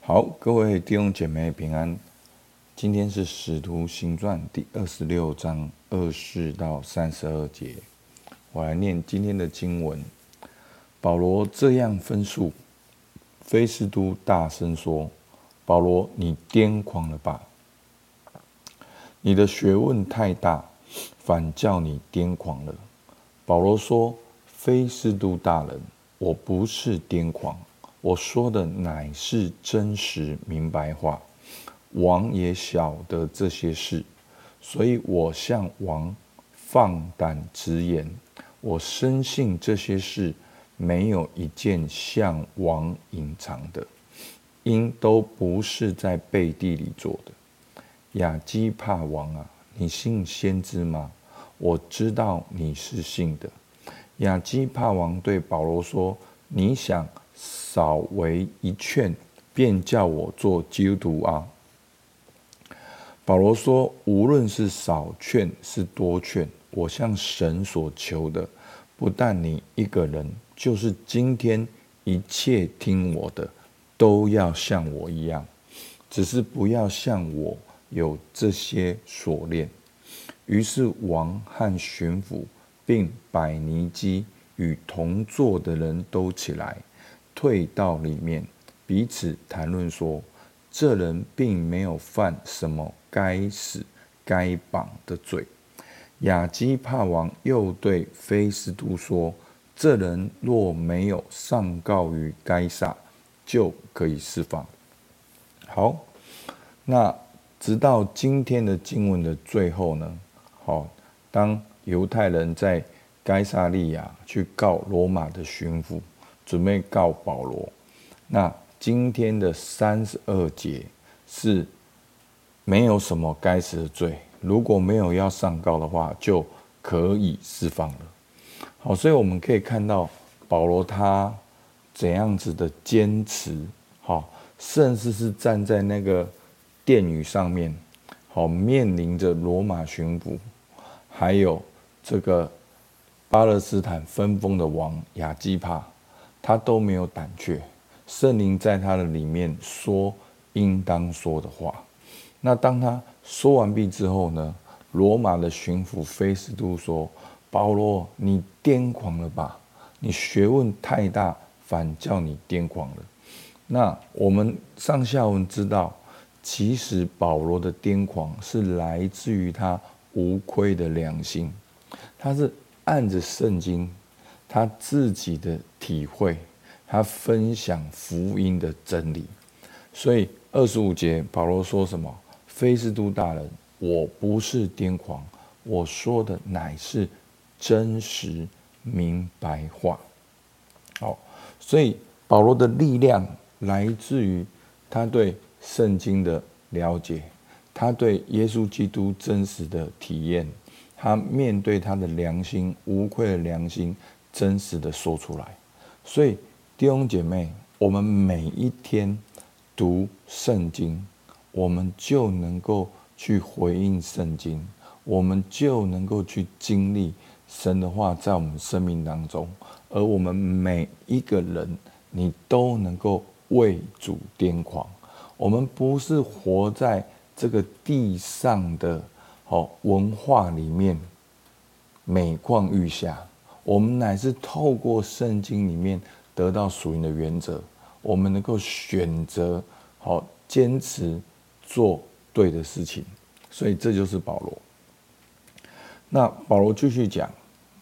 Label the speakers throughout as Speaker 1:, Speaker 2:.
Speaker 1: 好，各位弟兄姐妹平安。今天是使徒行传第26章24到32节，我来念今天的经文。保罗这样分述，非斯都大声说：“保罗，你癫狂了吧？你的学问太大，反叫你癫狂了。”保罗说：“非斯都大人，我不是癫狂。我说的乃是真实明白话，王也晓得这些事，所以我向王放胆直言。我深信这些事没有一件向王隐藏的，因都不是在背地里做的。亚基帕王啊，你信先知吗？我知道你是信的。”亚基帕王对保罗说：“你想少为一劝，便叫我做基督徒啊？”保罗说：“无论是少劝是多劝，我向神所求的，不但你一个人，就是今天一切听我的，都要像我一样，只是不要像我有这些锁链。”于是王和巡抚并百尼基与同坐的人都起来，退到里面，彼此谈论说：“这人并没有犯什么该死该绑的罪。”亚基帕王又对非斯都说：“这人若没有上告于该撒，就可以释放。”好，那直到今天的经文的最后呢？当犹太人在该撒利亚去告罗马的巡抚，准备告保罗。那今天的32节是没有什么该死的罪，如果没有要上告的话，就可以释放了。好，所以我们可以看到保罗他怎样子的坚持，甚至是站在那个殿宇上面，面临着罗马巡抚，还有这个巴勒斯坦分封的王亚基帕，他都没有胆怯。圣灵在他的里面说应当说的话。那当他说完毕之后呢，罗马的巡抚非斯都说：“保罗，你癫狂了吧？你学问太大，反叫你癫狂了。”那我们上下文知道，其实保罗的癫狂是来自于他无愧的良心，他是按着圣经他自己的体会，他分享福音的真理。所以25节保罗说什么？非斯都大人，我不是癫狂，我说的乃是真实明白话。好，所以保罗的力量来自于他对圣经的了解，他对耶稣基督真实的体验，他面对他的良心，无愧的良心，真实的说出来。所以弟兄姐妹，我们每一天读圣经，我们就能够去回应圣经，我们就能够去经历神的话在我们生命当中，而我们每一个人，你都能够为主癫狂。我们不是活在这个地上的文化里面每况愈下，我们乃是透过圣经里面得到属灵的原则，我们能够选择坚持做对的事情。所以这就是保罗。那保罗继续讲，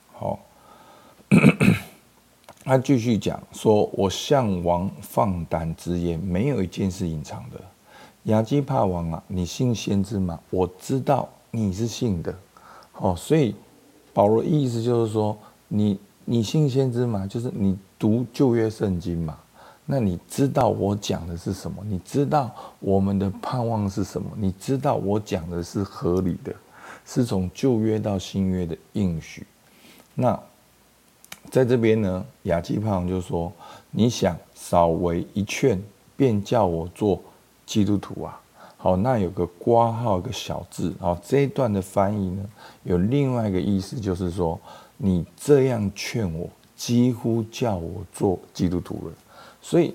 Speaker 1: 他继续讲说：“我向王放胆直言，没有一件是隐藏的。亚基帕王啊，你信先知吗？我知道你是信的。”所以保罗的意思就是说，你信先知吗？就是你读旧约圣经嘛。那你知道我讲的是什么？你知道我们的盼望是什么？你知道我讲的是合理的，是从旧约到新约的应许。那在这边呢，亚基帕王就说：“你想少为一劝，便叫我做基督徒啊？”好，那有个括号，一个小字。这一段的翻译呢，有另外一个意思，就是说你这样劝我，几乎叫我做基督徒了。所以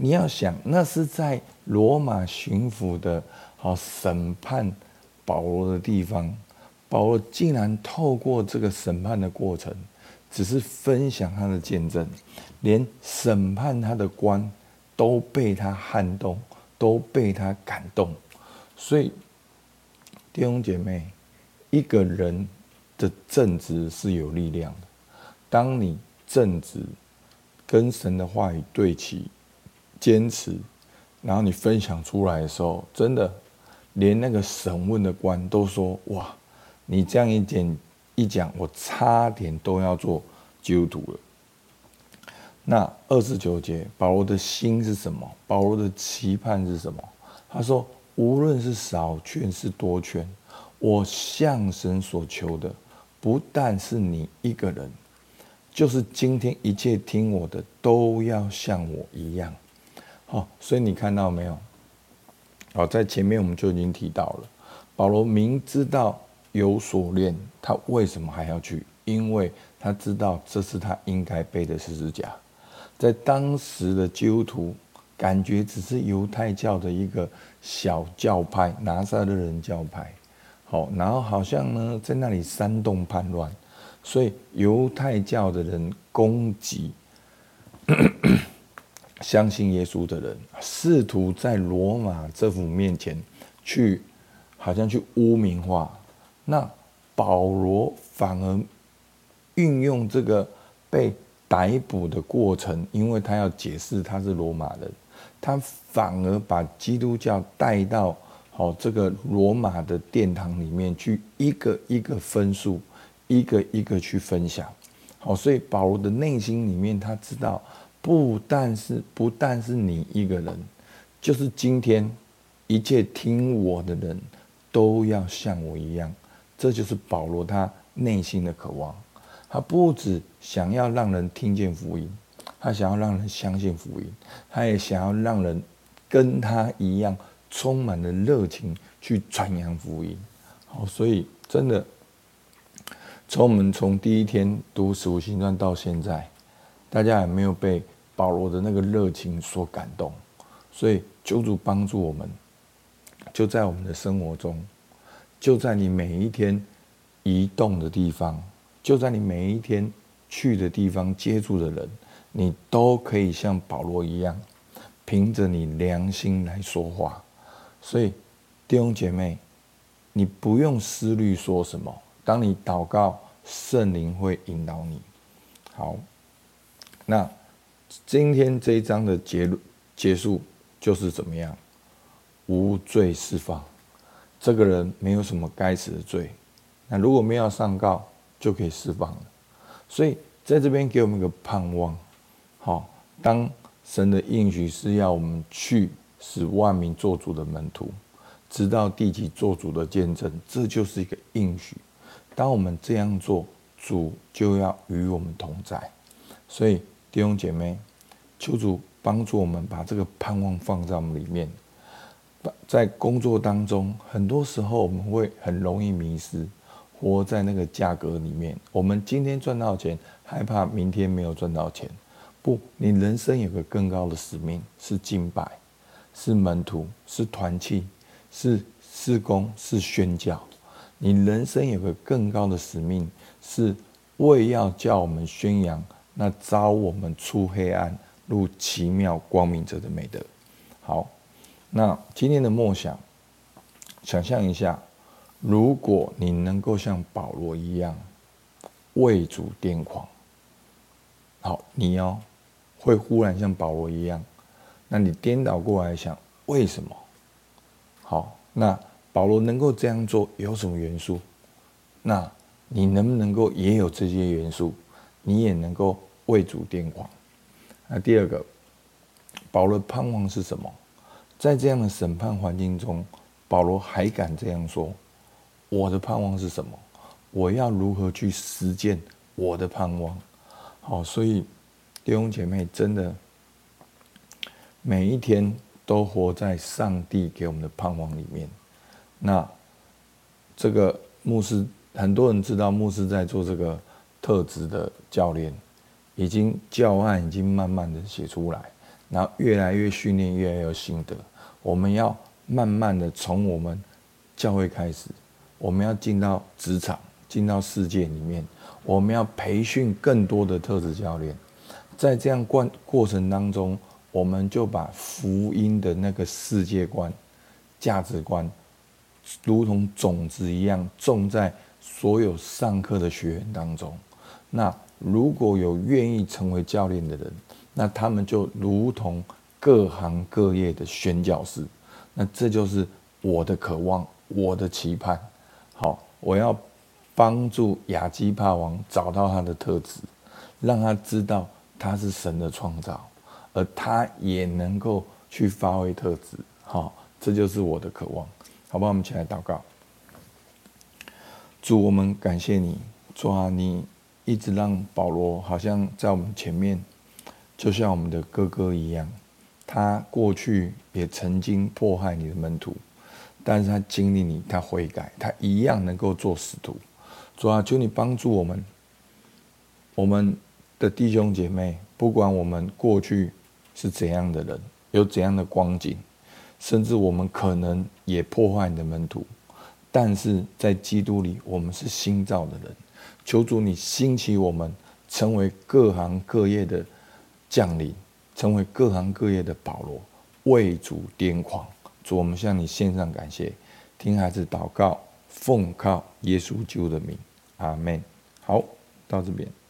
Speaker 1: 你要想，那是在罗马巡抚的审判保罗的地方，保罗竟然透过这个审判的过程，只是分享他的见证，连审判他的官都被他撼动，都被他感动。所以弟兄姐妹，一个人的正直是有力量的。当你正直跟神的话语对齐，坚持，然后你分享出来的时候，真的连那个审问的官都说：哇，你这样一讲，我差点都要做基督徒了。那29节，保罗的心是什么？保罗的期盼是什么？他说：无论是少劝是多劝，我向神所求的，不但是你一个人，就是今天一切听我的，都要像我一样。所以你看到没有？在前面我们就已经提到了，保罗明知道有所恋，他为什么还要去？因为他知道这是他应该背的十字架。在当时的基督徒，感觉只是犹太教的一个小教派，拿撒勒人教派。然后好像呢，在那里煽动叛乱，所以犹太教的人攻击相信耶稣的人，试图在罗马政府面前好像去污名化。那保罗反而运用这个被逮捕的过程，因为他要解释他是罗马人，他反而把基督教带到这个罗马的殿堂里面去，一个一个分数，一个一个去分享。所以保罗的内心里面，他知道不但是你一个人，就是今天一切听我的人都要像我一样。这就是保罗他内心的渴望。他不只想要让人听见福音，他想要让人相信福音，他也想要让人跟他一样充满了热情去传扬福音。所以真的我们从第一天读使徒行传到现在，大家有没有被保罗的那个热情所感动？所以求主帮助我们，就在我们的生活中，就在你每一天移动的地方，就在你每一天去的地方接触的人，你都可以像保罗一样，凭着你良心来说话。所以弟兄姐妹，你不用思虑说什么，当你祷告，圣灵会引导你。好，那今天这一章的结束就是怎么样？无罪释放，这个人没有什么该死的罪，那如果没有上告，就可以释放了。所以在这边给我们一个盼望。当神的应许是要我们去使万民做主的门徒，直到地极做主的见证，这就是一个应许。当我们这样做，主就要与我们同在。所以弟兄姐妹，求主帮助我们把这个盼望放在我们里面。在工作当中，很多时候我们会很容易迷失，活在那个价格里面。我们今天赚到钱，害怕明天没有赚到钱。不，你人生有个更高的使命，是敬拜，是门徒，是团契，是事工，是宣教。你人生有个更高的使命，是为要叫我们宣扬那召我们出黑暗入奇妙光明者的美德。好，那今天的默想，想象一下，如果你能够像保罗一样为主癫狂，好，你会忽然像保罗一样，那你颠倒过来想，为什么？好，那保罗能够这样做有什么元素？那你能不能够也有这些元素？你也能够为主癫狂？那第二个，保罗的盼望是什么？在这样的审判环境中，保罗还敢这样说：我的盼望是什么？我要如何去实践我的盼望？好，所以弟兄姐妹，真的每一天都活在上帝给我们的盼望里面。那这个牧师，很多人知道牧师在做这个特质的教练，教案已经慢慢的写出来。 然后越来越训练，越来越有心得。我们要慢慢的从我们教会开始，我们要进到职场，进到世界里面，我们要培训更多的特质教练。在这样过程当中，我们就把福音的那个世界观、价值观，如同种子一样种在所有上课的学员当中。那如果有愿意成为教练的人，那他们就如同各行各业的宣教士。那这就是我的渴望，我的期盼。好，我要帮助亚基帕王找到他的特质，让他知道他是神的创造，而他也能够去发挥特质。好，这就是我的渴望。好不好？我们一起来祷告。主，我们感谢你，主啊，你一直让保罗好像在我们前面，就像我们的哥哥一样，他过去也曾经迫害你的门徒，但是他经历你，他悔改，他一样能够做使徒。主啊，求你帮助我们，我们的弟兄姐妹，不管我们过去是怎样的人，有怎样的光景，甚至我们可能也破坏你的门徒，但是在基督里，我们是新造的人。求主你兴起我们，成为各行各业的将领，成为各行各业的保罗，为主癫狂。主，我们向你献上感谢，听孩子祷告，奉靠耶稣基督的名，阿们。好，到这边。